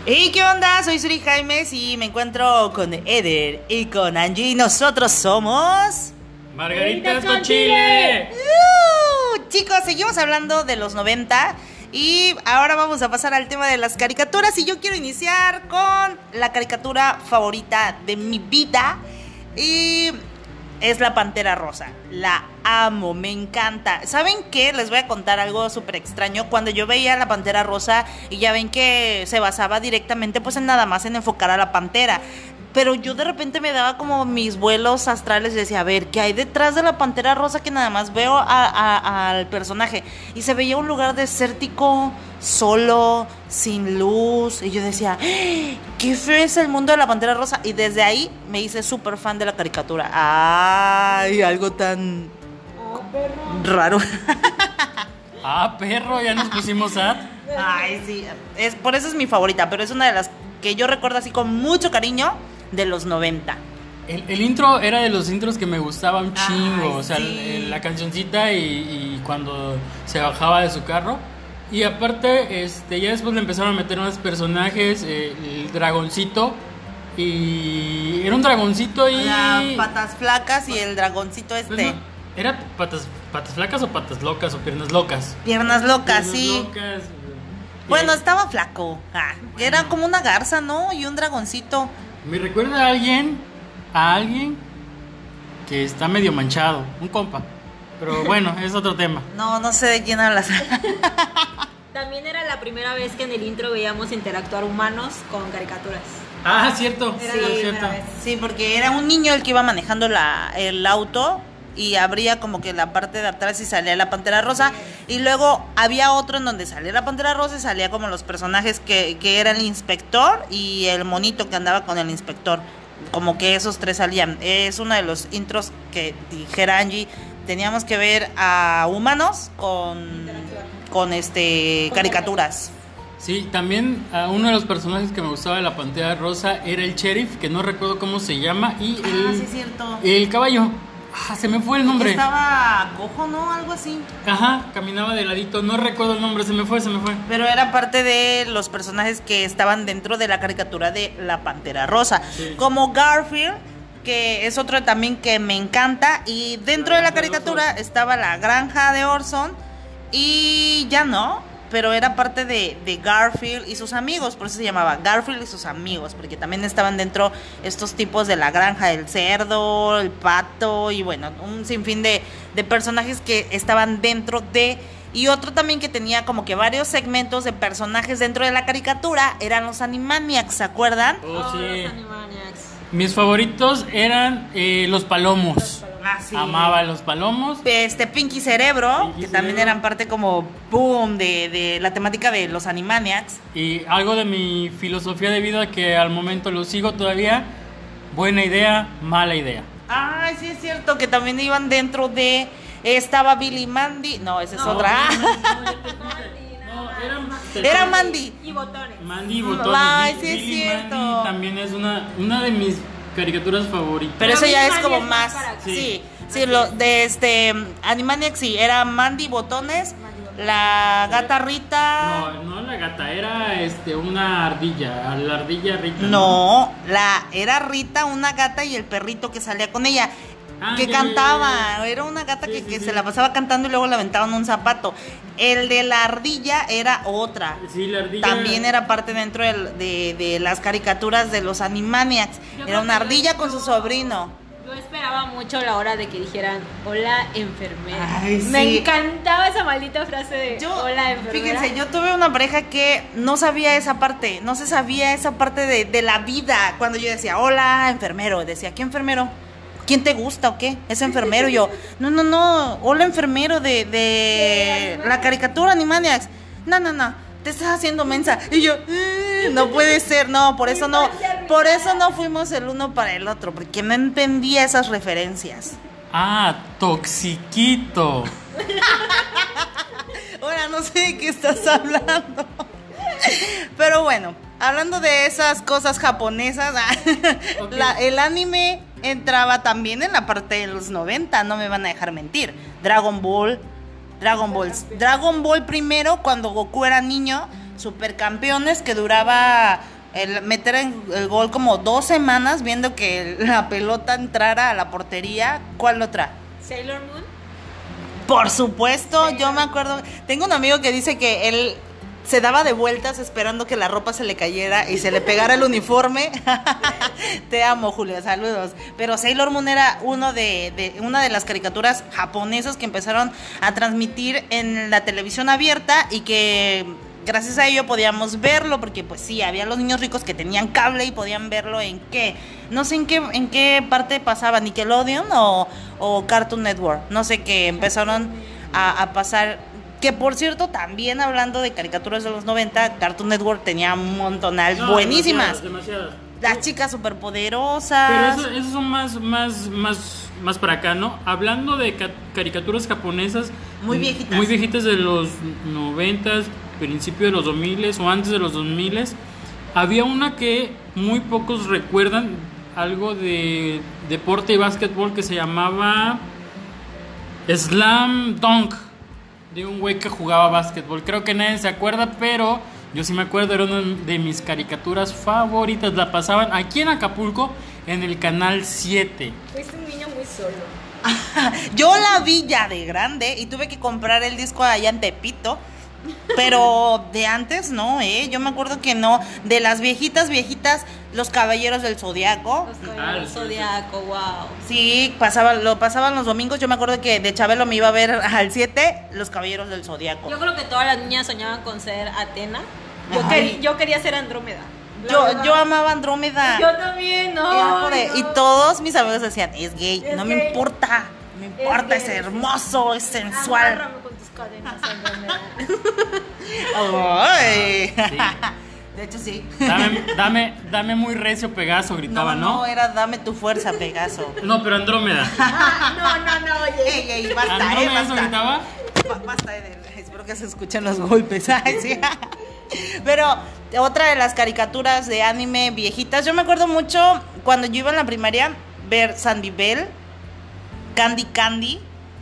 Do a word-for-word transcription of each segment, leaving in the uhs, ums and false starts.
¿Y qué onda? Soy Suri Jaimes y me encuentro con Eder y con Angie. Nosotros somos... ¡Margaritas con chile! Uh, chicos, seguimos hablando de los noventa y ahora vamos a pasar al tema de las caricaturas. Y yo quiero iniciar con la caricatura favorita de mi vida y es La Pantera Rosa. La amo, me encanta. ¿Saben qué? Les voy a contar algo súper extraño. Cuando yo veía La Pantera Rosa, y ya ven que se basaba directamente pues en nada más en enfocar a la pantera, pero yo de repente me daba como mis vuelos astrales y decía, a ver, ¿qué hay detrás de la Pantera Rosa? Que nada más veo a, a, al personaje y se veía un lugar desértico, solo, sin luz, y yo decía, qué feo es el mundo de la Pantera Rosa. Y desde ahí me hice súper fan de la caricatura. Ay, algo tan oh, raro. Ah, perro, ya nos pusimos a... Ay, sí, es, por eso es mi favorita, pero es una de las que yo recuerdo así con mucho cariño de los noventa. El, el intro era de los intros que me gustaba un chingo. Ay, o sea, sí. el- la cancioncita y, y cuando se bajaba de su carro. Y aparte, este, ya después le empezaron a meter más personajes, eh, el dragoncito. Y era un dragoncito y... Las patas flacas y el dragoncito Pues este. no, ¿era patas, patas flacas o patas locas o piernas locas? Piernas locas, Piernas sí. locas. Bueno, Eh, estaba flaco. Ah, era Bueno. como una garza, ¿no? Y un dragoncito. Me recuerda a alguien, a alguien que está medio manchado, un compa. Pero bueno, es otro tema. No, no sé de quién hablas. También era la primera vez que en el intro veíamos interactuar humanos con caricaturas. Ah, cierto, Era sí, la es primera cierto. vez. Sí, porque era un niño el que iba manejando la, el auto y abría como que la parte de atrás y salía la Pantera Rosa. Y luego había otro en donde salía la Pantera Rosa y salía como los personajes que, que era el inspector y el monito que andaba con el inspector. Como que esos tres salían. Es uno de los intros que dijera Angie. Teníamos que ver a humanos con, con este caricaturas. Sí, también ah, uno de los personajes que me gustaba de la Pantera Rosa era el sheriff, que no recuerdo cómo se llama, y el, Ah, sí, es cierto. el caballo. Ah, se me fue el nombre. Estaba cojo, ¿no? Algo así. Ajá, caminaba de ladito, no recuerdo el nombre, se me fue, se me fue. Pero era parte de los personajes que estaban dentro de la caricatura de La Pantera Rosa. Sí. Como Garfield, que es otro también que me encanta. Y dentro La de la granja de caricatura Orson. estaba la granja de Orson. Y ya no, pero era parte de, de Garfield y sus amigos. Por eso se llamaba Garfield y sus amigos. Porque también estaban dentro estos tipos de la granja, el cerdo, el pato. Y bueno, un sinfín de, de personajes que estaban dentro de... Y otro también que tenía como que varios segmentos de personajes dentro de la caricatura eran los Animaniacs, ¿se acuerdan? Oh, Oh, sí. los Animaniacs. Mis favoritos eran eh, los palomos. Ah, sí. Amaba los palomos. Este Pinky Cerebro, Pinky que también Cerebro. eran parte como boom de, de la temática de los Animaniacs. Y algo de mi filosofía de vida que al momento lo sigo todavía. Buena idea, mala idea. Ay, sí es cierto, que también iban dentro de... Estaba Billy Mandy, no, esa es No, otra. No, eran- Era Mandy. Y botones. Mandy y botones. Ay, Bi- sí es Billy cierto. Mandy también es una, una de mis caricaturas favoritas. Pero eso Billy ya es Mandy como es más más... para acá. Sí, Sí. sí, lo de este... Animaniacs sí, era Mandy Botones, Mandy Botones. la gata Rita... No, no la gata, era este una ardilla, la ardilla Rita. No, la era Rita, una gata y el perrito que salía con ella, Ah, que ya, ya, cantaba, ya, ya. era una gata Sí, que, sí, que sí. se la pasaba cantando y luego le aventaban un zapato. El de la ardilla era otra. Sí, la ardilla. También era parte dentro del- de, de las caricaturas de los Animaniacs. Yo Era creo una que ardilla yo- con su sobrino. Yo esperaba mucho la hora de que dijeran hola enfermera. Ay, Me sí. encantaba esa maldita frase de Yo, hola enfermera. fíjense, yo tuve una pareja que no sabía esa parte, no se sabía esa parte de, de la vida. Cuando yo decía, hola, enfermero, decía, ¿qué enfermero? ¿Quién te gusta o qué? Es enfermero. Yo, no, no, no, hola, enfermero de, de la caricatura Animaniacs. No, no, no, te estás haciendo mensa. Y yo, "Eh, no puede ser, no, por eso no, por eso no fuimos el uno para el otro, porque no entendía esas referencias. Ah, toxiquito. Ahora no sé de qué estás hablando. Pero bueno, hablando de esas cosas japonesas, Ok. la- el anime entraba también en la parte de los noventa, no me van a dejar mentir. Dragon Ball, Dragon Ball, Dragon Ball primero cuando Goku era niño, Supercampeones que duraba el meter en el gol como dos semanas viendo que la pelota entrara a la portería. ¿Cuál otra? Sailor Moon. Por supuesto, yo me acuerdo, tengo un amigo que dice que él se daba de vueltas esperando que la ropa se le cayera y se le pegara el uniforme. Te amo, Julia, saludos. Pero Sailor Moon era uno de, de una de las caricaturas japonesas que empezaron a transmitir en la televisión abierta y que gracias a ello podíamos verlo, porque pues sí, había los niños ricos que tenían cable y podían verlo en qué, no sé en qué, en qué parte pasaba, Nickelodeon o, o Cartoon Network, no sé, que empezaron a, a pasar. Que por cierto, también hablando de caricaturas de los noventa, Cartoon Network tenía un montonal No, buenísimas. Demasiadas, demasiadas. Las chicas superpoderosas. Pero esos eso son más, más, más, más para acá, ¿no? Hablando de ca- caricaturas japonesas. Muy viejitas. Muy viejitas de los noventas, principio de los dos miles o antes de los dos miles. Había una que muy pocos recuerdan, algo de deporte y básquetbol que se llamaba Slam Dunk. De un güey que jugaba básquetbol. Creo que nadie se acuerda, pero yo sí me acuerdo, era una de mis caricaturas favoritas. La pasaban aquí en Acapulco en el canal siete. Fuiste un niño muy solo. Yo la vi ya de grande y tuve que comprar el disco allá en Tepito. Pero de antes no, ¿eh? Yo me acuerdo que no. De las viejitas, viejitas, Los Caballeros del Zodiaco. Los Caballeros del Zodiaco, wow. Sí, pasaba, lo pasaban los domingos. Yo me acuerdo que de Chabelo me iba a ver al siete, Los Caballeros del Zodiaco. Yo creo que todas las niñas soñaban con ser Atena. Yo, Ay. quer- yo quería ser Andrómeda. La Yo, verdad. yo amaba Andrómeda. Yo también, no. Era por- no. Y todos mis amigos decían, es gay, Es no me gay. importa, me importa, gay, es es- hermoso, es sensual. Agárrame con tus cadenas, Andrómeda. Ay. Sí. De hecho, sí. Dame, dame, dame muy recio Pegaso, gritaba, No, ¿no? no, era dame tu fuerza, Pegaso. No, pero Andrómeda. Ah, no, no, no, oye. Ey, ey, basta, eh, ¿Andrómeda eso basta. gritaba? Ba- Basta, Eder. Espero que se escuchen los golpes. Ay, sí. Pero otra de las caricaturas de anime viejitas, yo me acuerdo mucho cuando yo iba en la primaria ver Sandy Bell, Candy Candy.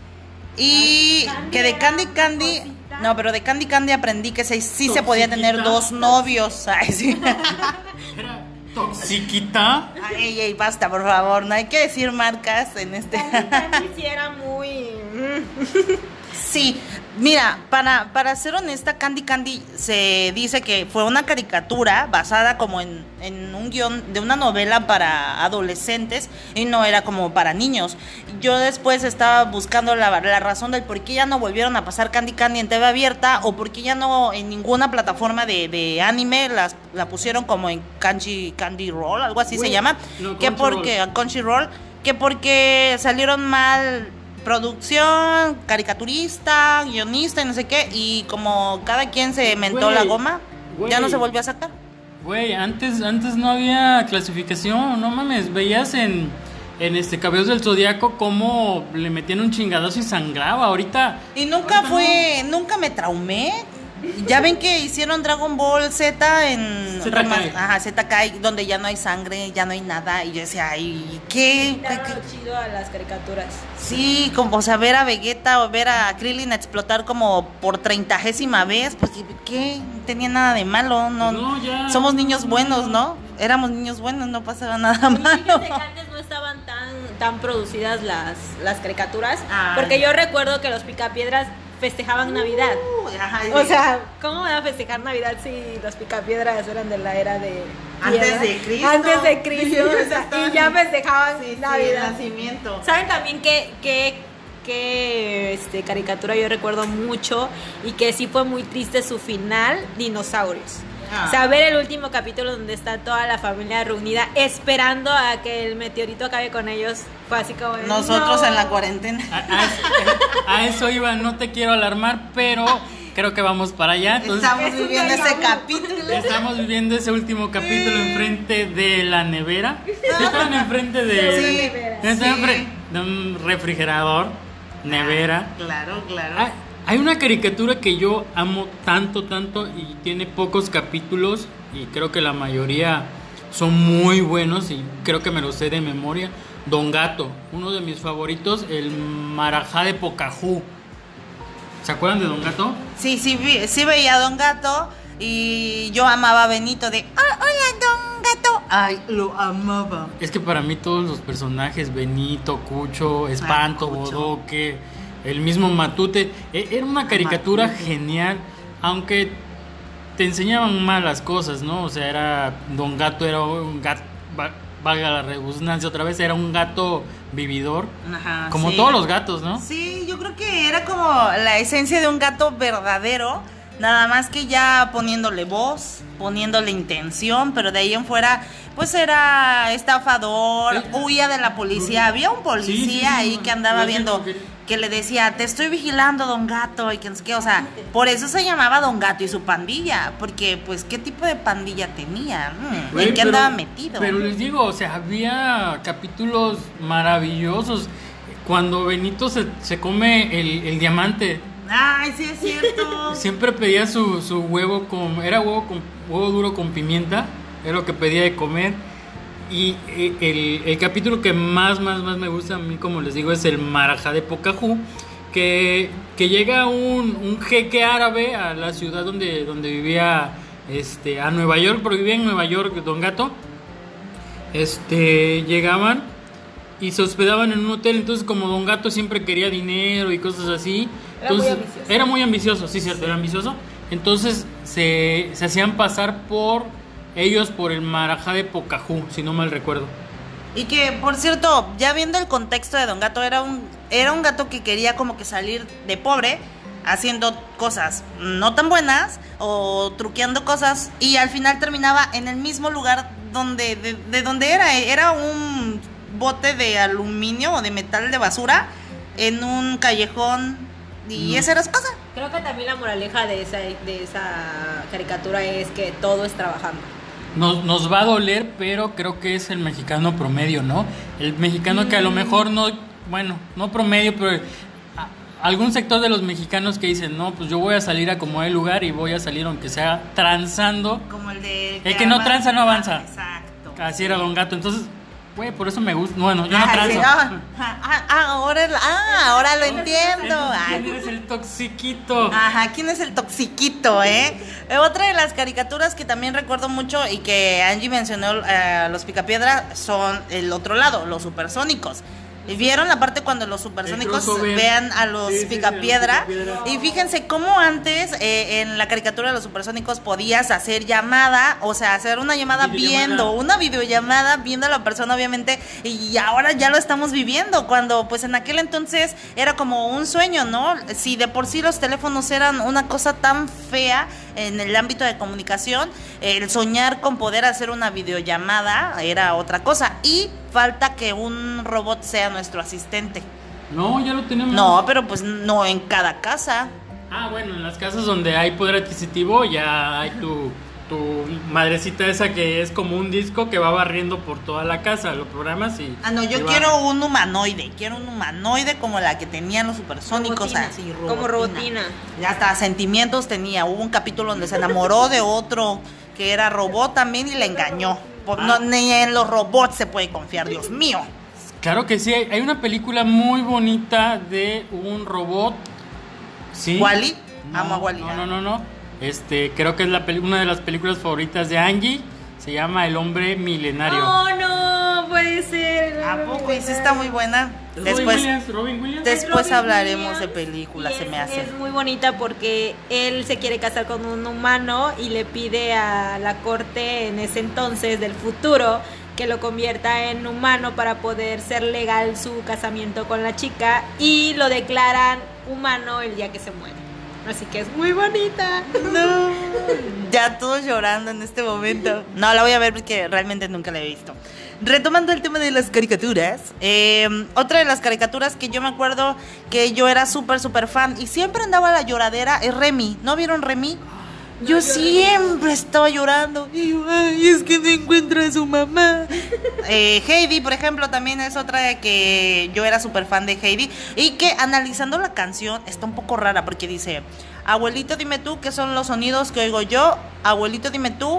Y Ay, Candy que de era Candy una Candy, cosita. no, pero de Candy Candy aprendí que se- sí se podía tener Toxiquita. dos novios. Ay, sí. Era toxiquita. Ay, ey, ey, basta, por favor, no hay que decir marcas en este. Candy Candy sí era muy. Sí, mira, para, para ser honesta, Candy Candy se dice que fue una caricatura basada como en, en un guión de una novela para adolescentes y no era como para niños. Yo después estaba buscando la, la razón del por qué ya no volvieron a pasar Candy Candy en T V abierta o por qué ya no en ninguna plataforma de, de anime las, la pusieron como en Candy, Candy Roll, algo así Güey, se llama. no, que Crunchyroll. porque Crunchyroll, que porque salieron mal producción, caricaturista, guionista y no sé qué, y como cada quien se mentó Güey, la goma, güey. ya no se volvió a sacar. Güey, antes, antes no había clasificación, no mames, veías en, en este Caballeros del Zodiaco cómo le metían un chingadazo y sangraba. Ahorita. Y nunca ahorita fue, nunca me traumé. Ya ven que hicieron Dragon Ball Z en Z Kai. Ajá, Z Kai, donde ya no hay sangre, ya no hay nada, y yo decía, ay, ¿qué? ¿Qué- Daba qué? lo chido a las caricaturas. Sí, como, o sea, ver a Vegeta o ver a Krillin explotar como por treintagésima vez, pues, ¿qué? No tenía nada de malo, no, No, ya. somos niños buenos, ¿no? Éramos niños buenos, no pasaba nada Y malo. fíjense que antes no estaban tan, tan producidas las, las caricaturas. Ay. Porque yo recuerdo que los Picapiedras festejaban Navidad. Uy, ajá, O sí. sea, ¿cómo van a festejar Navidad si los Picapiedras eran de la era de Antes piedra? de Cristo. Antes de Cristo, Sí, o sea, estaban- y ya festejaban Sí, sí, el Navidad. nacimiento. ¿Saben también qué, qué, qué este, caricatura yo recuerdo mucho y que sí fue muy triste su final? Dinosaurios. Ah. O sea, ver el último capítulo donde está toda la familia reunida esperando a que el meteorito acabe con ellos fue así como de, Nosotros "No". en la cuarentena. A, a- a eso iba, no te quiero alarmar, pero creo que vamos para allá. Entonces, Estamos es un viviendo déjà ese vu. capítulo. estamos viviendo ese último capítulo enfrente de la nevera. Estaban enfrente de. Sí, estaban sí. enfrente de un refrigerador, nevera. Claro, claro. Hay, hay una caricatura que yo amo tanto, tanto y tiene pocos capítulos y creo que la mayoría son muy buenos y creo que me los sé de memoria. Don Gato, uno de mis favoritos, el Marajá de Pocahú. ¿Se acuerdan de Don Gato? Sí, sí, vi- sí veía a Don Gato. Y yo amaba a Benito de, "Oh, hola, don Gato". Ay, lo amaba. Es que para mí todos los personajes, Benito, Cucho, Espanto, Ay, Cucho. Bodoque, el mismo Matute, e- era una caricatura Matute. genial, aunque te enseñaban malas cosas, ¿no? O sea, era Don Gato era un gato, va- valga la redundancia otra vez, era un gato vividor, Ajá, como sí. todos los gatos, ¿no? Sí, yo creo que era como la esencia de un gato verdadero, nada más que ya poniéndole voz, poniéndole intención, pero de ahí en fuera, pues era estafador, Eh, huía de la policía. Había un policía Sí, sí, sí, ahí no, que andaba no, viendo, no, que- que le decía, te estoy vigilando, don Gato, y que no sé qué, o sea, por eso se llamaba Don Gato y su pandilla, porque pues, ¿qué tipo de pandilla tenía? Mm, Güey, ¿En qué pero- andaba metido? Pero les digo, o sea, había capítulos maravillosos. Cuando Benito se, se come el, el diamante, Ay, sí es cierto. siempre pedía su, su huevo con... Era huevo, con, huevo duro con pimienta, era lo que pedía de comer. Y eh, el, el capítulo que más, más, más me gusta a mí, como les digo, es el Marajá de Pocahú, que, que llega un, un jeque árabe a la ciudad donde, donde vivía, este, a Nueva York, porque vivía en Nueva York, Don Gato. Este, llegaban y se hospedaban en un hotel, entonces como Don Gato siempre quería dinero y cosas así, Era muy entonces ambicioso. era muy ambicioso, sí, cierto, era ambicioso, entonces se, se hacían pasar por ellos por el Marajá de Pocahú, si no mal recuerdo. Y que, por cierto, ya viendo el contexto de Don Gato, era un, era un gato que quería como que salir de pobre, haciendo cosas no tan buenas o truqueando cosas, y al final terminaba en el mismo lugar donde de, de donde era. Era un bote de aluminio o de metal de basura en un callejón, y Mm. esa era su casa. Creo que también la moraleja de esa, de esa caricatura es que todo es trabajando. Nos, nos va a doler, pero creo que es el mexicano promedio, ¿no? El mexicano que a lo mejor no, bueno, no promedio, pero a- algún sector de los mexicanos que dicen, no, pues yo voy a salir a como el lugar y voy a salir aunque sea transando. Como el de... El que no ama- tranza no avanza. Exacto. Así era Don Gato, entonces, güey, por eso me gusta. Bueno, yo no Ay, sí, tranzo. ah, ah, ah, ahora, ah, ahora lo entiendo. Ay. ¿Quién es el toxiquito? Ajá, ¿quién es el toxiquito, eh? Eh, Otra de las caricaturas que también recuerdo mucho y que Angie mencionó, eh, los Picapiedra, son el otro lado, los supersónicos. ¿Y ¿Vieron la parte cuando los supersónicos crossover. vean a los Sí, sí, sí, Picapiedra? a los Picapiedra. Y fíjense cómo antes, eh, en la caricatura de los supersónicos, podías hacer llamada, o sea, hacer una llamada Videollamada. viendo, una videollamada viendo a la persona, obviamente, y ahora ya lo estamos viviendo, cuando pues en aquel entonces era como un sueño, ¿no? Si de por sí los teléfonos eran una cosa tan fea en el ámbito de comunicación, el soñar con poder hacer una videollamada era otra cosa, y falta que un robot sea nuestro asistente. No, ya lo tenemos. No, pero pues no en cada casa. Ah, bueno, en las casas donde hay poder adquisitivo ya hay tu, tu madrecita esa que es como un disco que va barriendo por toda la casa, lo programas y... Ah, no, yo y va. quiero un humanoide, quiero un humanoide como la que tenían los supersónicos, Robotina, así, como robotina. Ya hasta sentimientos tenía. Hubo un capítulo donde se enamoró de otro que era robot también y le engañó. Por- no, ni en los robots se puede confiar, Dios mío. Claro que sí, hay hay una película muy bonita de un robot. ¿Sí? ¿Wall-E? No, Amo a Wall-E. No, no, no, no. Este, creo que es la peli- una de las películas favoritas de Angie. Se llama El Hombre Milenario. Oh, no, puede ser. ¿A poco? Y sí está muy buena. Robin Después, Williams, Robin Williams. des- Después Robin hablaremos Williams, de películas, y se es- me hace. Es muy bonita porque él se quiere casar con un humano y le pide a la corte en ese entonces del futuro que lo convierta en humano para poder ser legal su casamiento con la chica, y lo declaran humano el día que se muere. Así que es muy bonita. No, ya todos llorando en este momento. No, la voy a ver porque realmente nunca la he visto. Retomando el tema de las caricaturas, eh, otra de las caricaturas que yo me acuerdo que yo era súper, súper fan y siempre andaba a la lloradera es Remy. ¿No vieron Remy? Yo siempre estaba llorando. Y yo, ay, es que no encuentro a su mamá. Eh, Heidi, por ejemplo, también es otra de que yo era súper fan de Heidi. Y que analizando la canción está un poco rara porque dice: abuelito, dime tú qué son los sonidos que oigo yo. Abuelito, dime tú.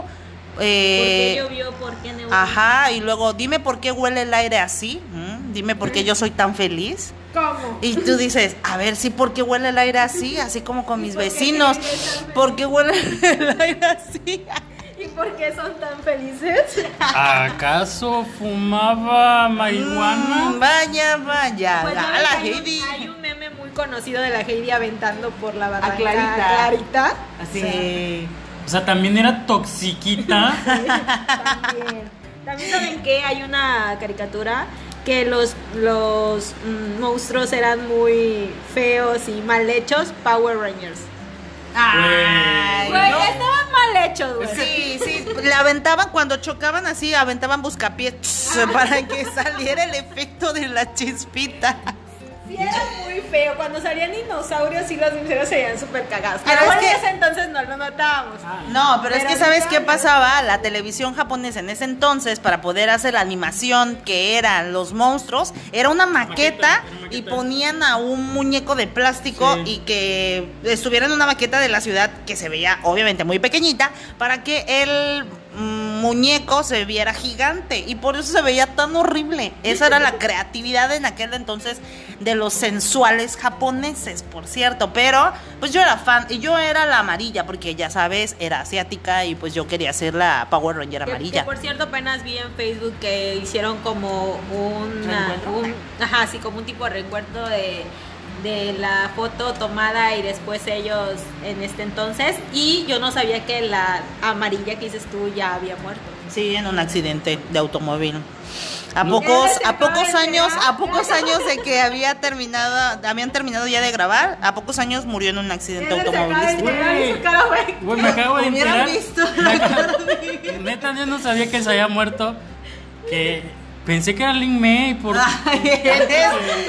Eh, ¿Por qué llovió? ¿Por qué no? Ajá, y luego dime por qué huele el aire así. ¿Mm? Dime por qué yo soy tan feliz. ¿Cómo? Y tú dices, a ver, sí, ¿por qué huele el aire así? Así como con mis vecinos. ¿Por qué huele el aire así? ¿Y por qué son tan felices? ¿Acaso fumaba marihuana? Mm, vaya, vaya. Pues la, ya ves la que hay, un, Heidi. hay un meme muy conocido de la Heidi aventando por la barranca Clarita. Clarita. Sí. O sea, también era toxiquita. También. También saben que hay una caricatura que los, los mm, monstruos eran muy feos y mal hechos, Power Rangers. Ay, Güey, no. estaban mal hechos, güey. Sí, sí, le aventaban cuando chocaban así, aventaban buscapiés tss, para que saliera el efecto de la chispita. Sí, era muy feo. Cuando salían dinosaurios y los dinosaurios se veían súper cagados. Pero Pero es en que- ese entonces no lo notábamos. No, pero, es Pero que ¿sabes ahorita qué ya- pasaba? La televisión japonesa en ese entonces, para poder hacer la animación que eran los monstruos, era una maqueta, Maqueta, era maqueta. y ponían a un muñeco de plástico Sí. y que estuviera en una maqueta de la ciudad que se veía obviamente muy pequeñita, para que el mm, muñeco se viera gigante, y por eso se veía tan horrible. Esa era la creatividad en aquel entonces de los sensuales japoneses, por cierto. Pero pues yo era fan, y yo era la amarilla porque ya sabes, era asiática, y pues yo quería ser la Power Ranger Que- amarilla. Que, por cierto, apenas vi en Facebook que hicieron como una, ¿Reencuentro? un, ajá, así como un tipo de reencuentro de, de la foto tomada y después ellos en este entonces. Y yo no sabía que la amarilla que dices tú ya había muerto. Sí, en un accidente de automóvil. A No. pocos, Se a acaba pocos de años, enterar. a pocos años de que había terminado, habían terminado ya de grabar, a pocos años murió en un accidente Él se acaba de automovilístico. enterar y su cara fue- Güey, me acabo de Hubieran enterar. visto Me la acabo- cara de- Neta, yo no sabía que se había muerto. Que pensé que era Lin May. Por... Ay, eres,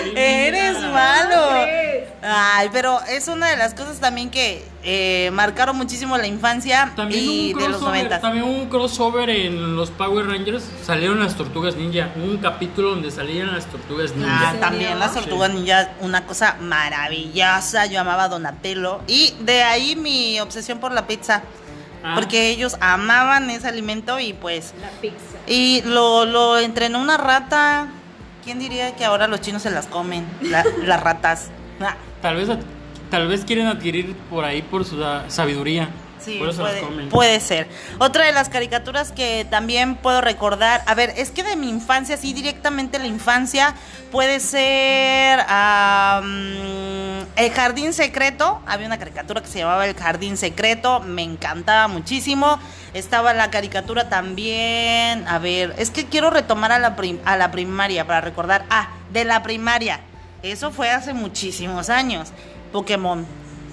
eres malo. ¿Cómo crees? Ay, pero es una de las cosas también que eh, marcaron muchísimo la infancia También y un de los crossover, noventas. también un crossover en los Power Rangers. Salieron las Tortugas Ninja. Un capítulo donde salían las Tortugas Ah, Ninja. ¿En también serio? las tortugas ninja, una cosa maravillosa. Yo amaba a Donatello, y de ahí mi obsesión por la pizza, Ah. porque ellos amaban ese alimento, y pues La pizza. y lo, lo entrenó una rata. ¿Quién diría que ahora los chinos se las comen? La- las ratas. Ah, Tal vez, tal vez quieren adquirir por ahí por su ah, sabiduría. sí, por eso las puede, comen. puede ser. Otra de las caricaturas que también puedo recordar, a ver, es que de mi infancia, sí, directamente la infancia, puede ser ah, mm, El Jardín Secreto. Había una caricatura que se llamaba El Jardín Secreto, me encantaba muchísimo. Estaba la caricatura también, a ver, es que quiero retomar a la, prim- a la primaria para recordar, ah, de la primaria, eso fue hace muchísimos años, Pokémon.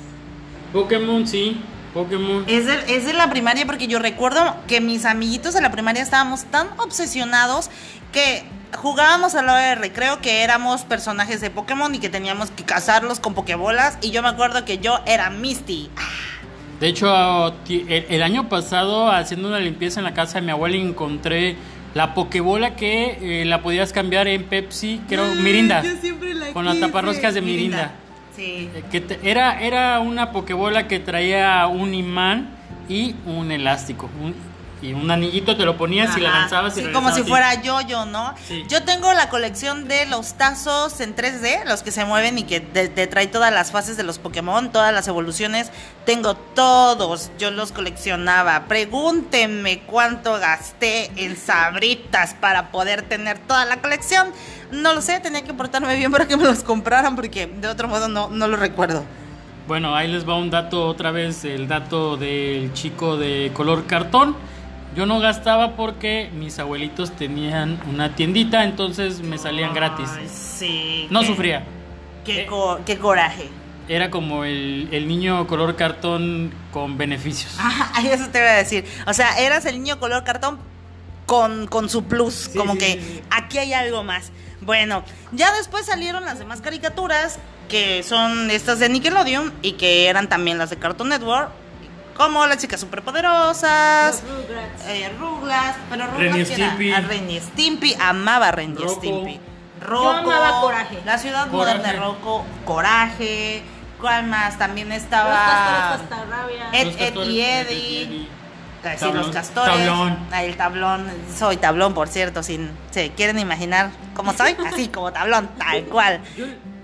Pokémon, sí. Pokémon. Es de, es de la primaria, porque yo recuerdo que mis amiguitos de la primaria estábamos tan obsesionados que jugábamos a la hora de recreo que éramos personajes de Pokémon y que teníamos que cazarlos con pokebolas, y yo me acuerdo que yo era Misty. De hecho, ti- el, el año pasado, haciendo una limpieza en la casa de mi abuela, encontré la pokebola que eh, la podías cambiar en Pepsi, creo, Mirinda. Con las taparroscas de Mirinda. Sí. Eh, Que te- era, era una pokebola que traía un imán y un elástico. un- y un anillito te lo ponías y la Ajá. lanzabas y Sí, como regresaba si a ti. fuera yo-yo, ¿no? Sí. Yo tengo la colección de los tazos en tres D, los que se mueven y que te, te trae todas las fases de los Pokémon, todas las evoluciones. Tengo todos, yo los coleccionaba. Pregúntenme cuánto gasté en sabritas para poder tener toda la colección. No lo sé, tenía que portarme bien para que me los compraran, porque de otro modo no, no lo recuerdo. Bueno, ahí les va un dato otra vez, el dato del chico de color cartón. Yo no gastaba porque mis abuelitos tenían una tiendita, entonces me salían gratis. Ay, sí. No qué- sufría. Qué, co- qué coraje. Era como el, el niño color cartón con beneficios. Ay, eso te iba a decir. O sea, eras el niño color cartón con, con su plus. Sí, como sí, que sí, sí. aquí hay algo más. Bueno, ya después salieron las demás caricaturas, que son estas de Nickelodeon y que eran también las de Cartoon Network, como Las Chicas Superpoderosas, Los Rugrats. eh, Rugrats, pero Ren y Rugrats que era- Stimpy. a Ren y Stimpy, amaba a Ren y Rocco. Stimpy. Yo amaba Coraje. La ciudad Coraje. moderna de Rocco, Coraje. ¿Cuál más? También Los estaba castores cascarrabias. Ed, Los Ed castores, y Ed Eddie. y Eddie. Casi Tablón. los castores. Tablón. Ah, el tablón. Soy tablón, por cierto. Si se quieren imaginar cómo soy, así como tablón, tal cual. Yo,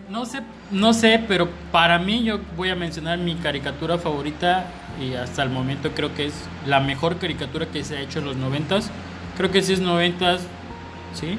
No sé, no sé, pero para mí yo voy a mencionar mi caricatura favorita y hasta el momento creo que es la mejor caricatura que se ha hecho en los noventas. Creo que sí es noventas, ¿sí?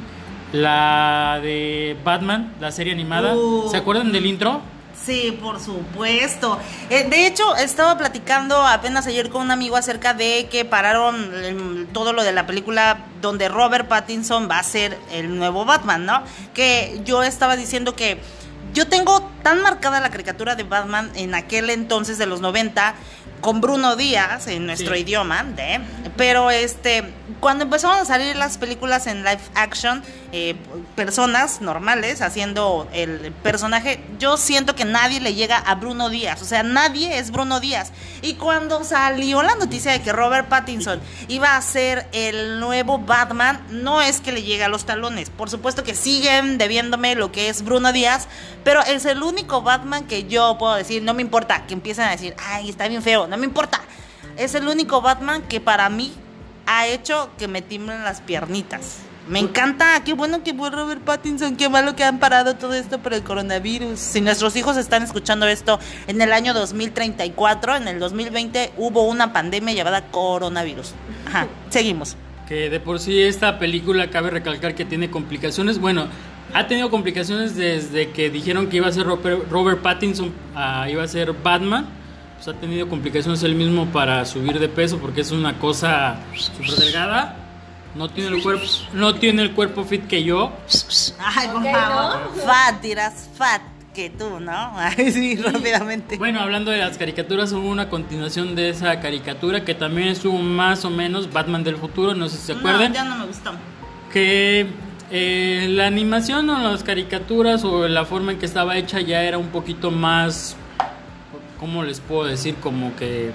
La de Batman, la serie animada. Uh. ¿Se acuerdan del intro? Sí, por supuesto. Eh, de hecho, estaba platicando apenas ayer con un amigo acerca de que pararon el- todo lo de la película donde Robert Pattinson va a ser el nuevo Batman, ¿no? Que yo estaba diciendo que yo tengo tan marcada la caricatura de Batman en aquel entonces de los noventa con Bruno Díaz en nuestro Sí. idioma, ¿de? Pero este, cuando empezaron a salir las películas en live action, eh, personas normales haciendo el personaje, yo siento que nadie le llega a Bruno Díaz, o sea, nadie es Bruno Díaz. Y cuando salió la noticia de que Robert Pattinson iba a ser el nuevo Batman, no es que le llegue a los talones, por supuesto que siguen debiéndome lo que es Bruno Díaz, pero es el único Batman que yo puedo decir, no me importa que empiecen a decir, ay, está bien feo, no me importa. Es el único Batman que para mí ha hecho que me tiemblen las piernitas. Me encanta, qué bueno que fue Robert Pattinson, qué malo que han parado todo esto por el coronavirus. Si nuestros hijos están escuchando esto en el año dos mil treinta y cuatro, en el dos mil veinte hubo una pandemia llamada coronavirus. Ajá, seguimos. Que de por sí esta película cabe recalcar que tiene complicaciones. Bueno, ha tenido complicaciones desde que dijeron que iba a ser Robert, Robert Pattinson, uh, iba a ser Batman. Pues ha tenido complicaciones él mismo para subir de peso porque es una cosa súper delgada. No tiene el cuerpo, no tiene el cuerpo fit que yo. Ay, por Ok, favor. ¿no? Fat, dirás fat que tú, ¿no? Ay, sí, rápidamente. Bueno, hablando de las caricaturas, hubo una continuación de esa caricatura que también estuvo más o menos Batman del futuro, no sé si se acuerdan. No, ya no me gustó. Que eh, la animación o las caricaturas o la forma en que estaba hecha ya era un poquito más, ¿cómo les puedo decir? Como que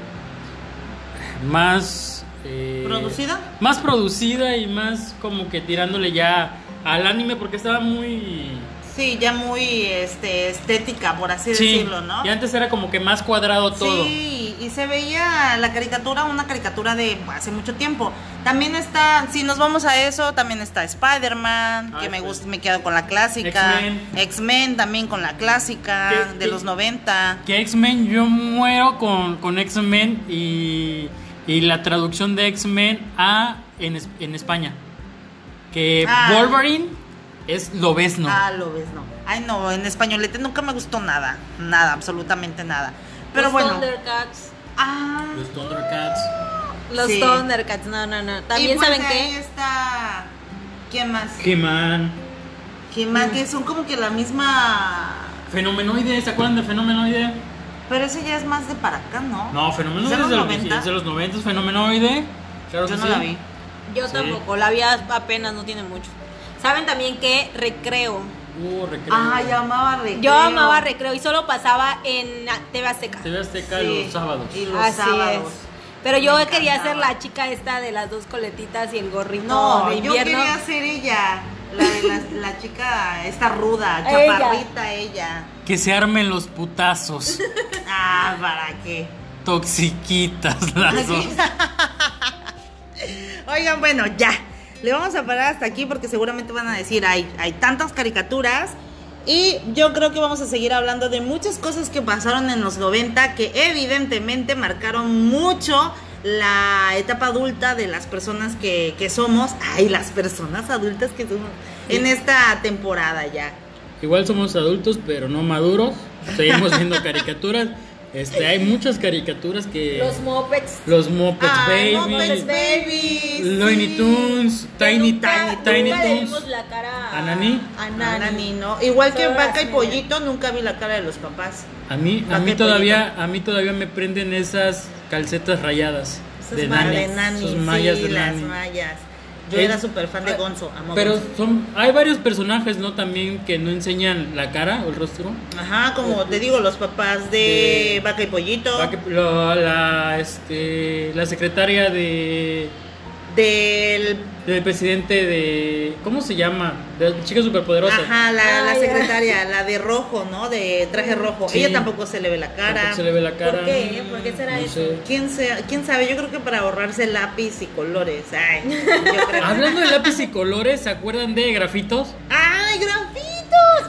más... eh, ¿Producida? Más producida y más como que tirándole ya al anime porque estaba muy... Sí, ya muy este, estética, por así Sí, decirlo, ¿no? y antes era como que más cuadrado todo. Sí, y se veía la caricatura, una caricatura de hace mucho tiempo. También está, si nos vamos a eso, también está Spider-Man, Ah, que me sí. gusta, me quedo con la clásica. X-Men. X-Men también con la clásica ¿Qué- de qué- los noventa. Que X-Men, yo muero con, con X-Men y, y la traducción de X-Men a en, es- en España. Que Ah. Wolverine es Lobezno. Ah, lo ves, no. Ay, no, en españolete nunca me gustó nada. Nada, absolutamente nada. Pero Los bueno. Thundercats. Ah, Los Thundercats. Los Sí. Thundercats, no, no, no. También y pues saben ahí qué. está. ¿Quién más? He-Man. ¿Quién más? Que son como que la misma. Fenomenoide, ¿se acuerdan de Fenomenoide? Pero ese ya es más de para acá, ¿no? No, Fenomenoide ¿Es de es de los los, noventa? es de los noventa, Fenomenoide. Claro Yo que no sí. la vi. Yo Sí. tampoco, la vi apenas, no tiene mucho. Saben también que Recreo. Uh, recreo. Ah, yo amaba Recreo. Yo amaba Recreo y solo pasaba en T V Azteca. T V Azteca Sí, los sábados. Y los Así sábados. es. Pero yo Me quería ser encantaba. la chica esta de las dos coletitas y el gorrito No, de yo invierno. quería ser ella. La, de la, la chica, esta ruda, Ella. chaparrita ella. Que se armen los putazos. Ah, ¿para qué? Toxiquitas las dos. Oigan, bueno, ya. Le vamos a parar hasta aquí porque seguramente van a decir, hay, hay tantas caricaturas. Y yo creo que vamos a seguir hablando de muchas cosas que pasaron en los noventa que evidentemente marcaron mucho la etapa adulta de las personas que, que somos. Ay, las personas adultas que somos en esta temporada ya. Igual somos adultos, pero no maduros. Seguimos viendo caricaturas. Este, hay muchas caricaturas que... Los Muppets. Los Muppets Ay, Baby. Muppets Baby. Looney sí. Tunes. Que Tiny, nunca, Tiny, Tiny nunca le Toons. vimos la cara ¿A Nani? A A Nani. Nani, ¿no? Igual que Solo Vaca las y medias. Pollito, nunca vi la cara de los papás. A mí, a Vaca mí y todavía, a mí todavía me prenden esas calcetas rayadas Esas de ma- Nani. de Nani, Sus mallas sí, de las Nani. mallas. Yo Es- era súper fan de Gonzo, amo Pero Gonzo. son, hay varios personajes, ¿no? También que no enseñan la cara o el rostro. Ajá, como te digo, los papás de De- Vaca y Pollito, La, que- lo- la, este, la secretaria de del... del presidente de... ¿Cómo se llama? De la chica superpoderosa. Ajá, la, la Ah, ya. secretaria, la de rojo, ¿no? De traje rojo. Sí. Ella tampoco se le ve la cara. Tampoco se le ve la cara. ¿Por qué? ¿Por qué será No eso? sé. ¿Quién, sea- ¿Quién sabe? Yo creo que para ahorrarse lápiz y colores. Ay, yo creo. Hablando de lápiz y colores, ¿se acuerdan de grafitos? ¡Ay, grafitos!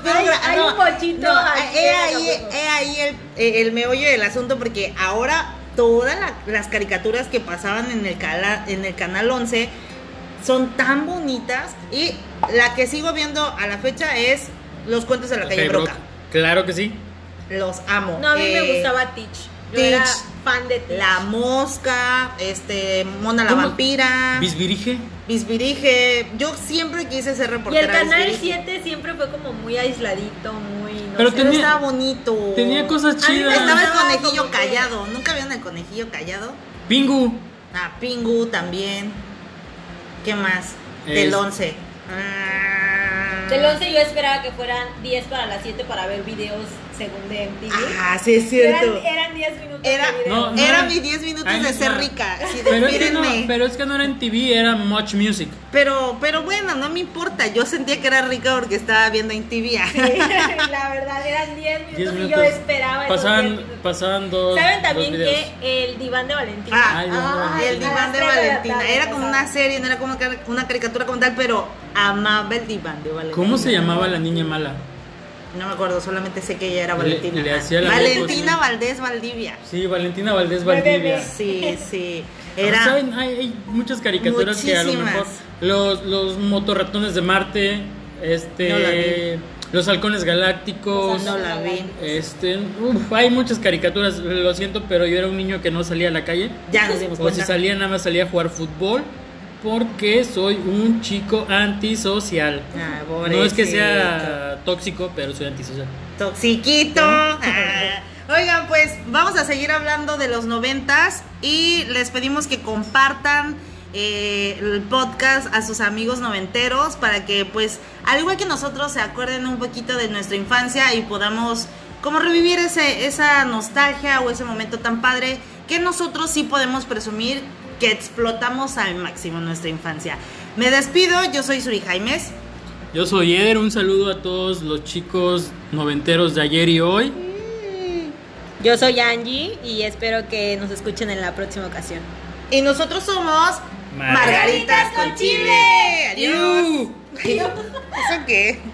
pero Hay- hay un bochito no, aquí he en ahí, Acapulco. he ahí el, el meollo del asunto, porque ahora todas la- las caricaturas que pasaban en el, cala- en el canal once son tan bonitas, y la que sigo viendo a la fecha es Los Cuentos de la Calle Ok, Broca. Broca. Claro que sí. Los amo. No, a mí me Eh, gustaba Teach. Yo Teach, era fan de Teach. La Mosca, este, Mona la ¿Cómo? Vampira, Bisbirige. Bisbirige. Yo siempre quise ser Y el reportera. canal Bisbirige. siete siempre fue como muy aisladito, muy. No Pero sé. Pero tenía- estaba bonito. Tenía cosas A mí me chidas. Estaba el gustaba conejillo como que- callado. ¿Nunca vieron el conejillo callado? Pingu. Ah, Pingu también. ¿Qué más? Del Es- once. Ah. Del once yo esperaba que fueran diez para las siete para ver videos según de M T V. Ah, sí, es cierto. Eran, eran diez minutos Era, de video. No, no era era- mis diez minutos Ay, de ser no. rica. Así de, Pero es, que no, mírenme. pero es que no era en T V, era Much Music. Pero, pero bueno, no me importa. Yo sentía que era rica porque estaba viendo en T V. Sí, la verdad, eran diez minutos, diez y yo minutos. esperaba esos diez Pasaban, minutos. pasaban dos. ¿Saben también dos videos. que el diván de Valentina? Ah, Ay, no, no. el diván de a las tres la Valentina. tarde Era como pasaba. una serie, no era como car- una caricatura como tal, pero amaba el diván de Valentina. ¿Cómo se llamaba la niña mala? No me acuerdo, solamente sé que ella era Le- Valentina. le hacía la Valentina voz, Valdés Valdivia. Sí, Valentina Valdés Bebé. Valdivia. Sí, sí. Era, Era. ¿Saben? Hay, hay muchas caricaturas que a lo Muchísimas. mejor. Los, los motorratones de Marte. Este. No la vi. Los halcones galácticos. No la vi. Este. Uf, hay muchas caricaturas. Lo siento, pero yo era un niño que no salía a la calle. Ya nos dimos O si cuenta. salía, nada más salía a jugar fútbol. Porque soy un chico antisocial. Ah, No es que pobrecito. sea tóxico, pero soy antisocial. Toxiquito. Ah. Oigan, pues vamos a seguir hablando de los noventas y les pedimos que compartan eh, el podcast a sus amigos noventeros para que, pues, al igual que nosotros, se acuerden un poquito de nuestra infancia y podamos como revivir ese, esa nostalgia o ese momento tan padre que nosotros sí podemos presumir que explotamos al máximo nuestra infancia. Me despido, yo soy Suri Jaimes. Yo soy Eder, un saludo a todos los chicos noventeros de ayer y hoy. Yo soy Angie y espero que nos escuchen en la próxima ocasión. Y nosotros somos Margaritas Margaritas con Chile. Adiós. ¡Iu! ¿Eso qué?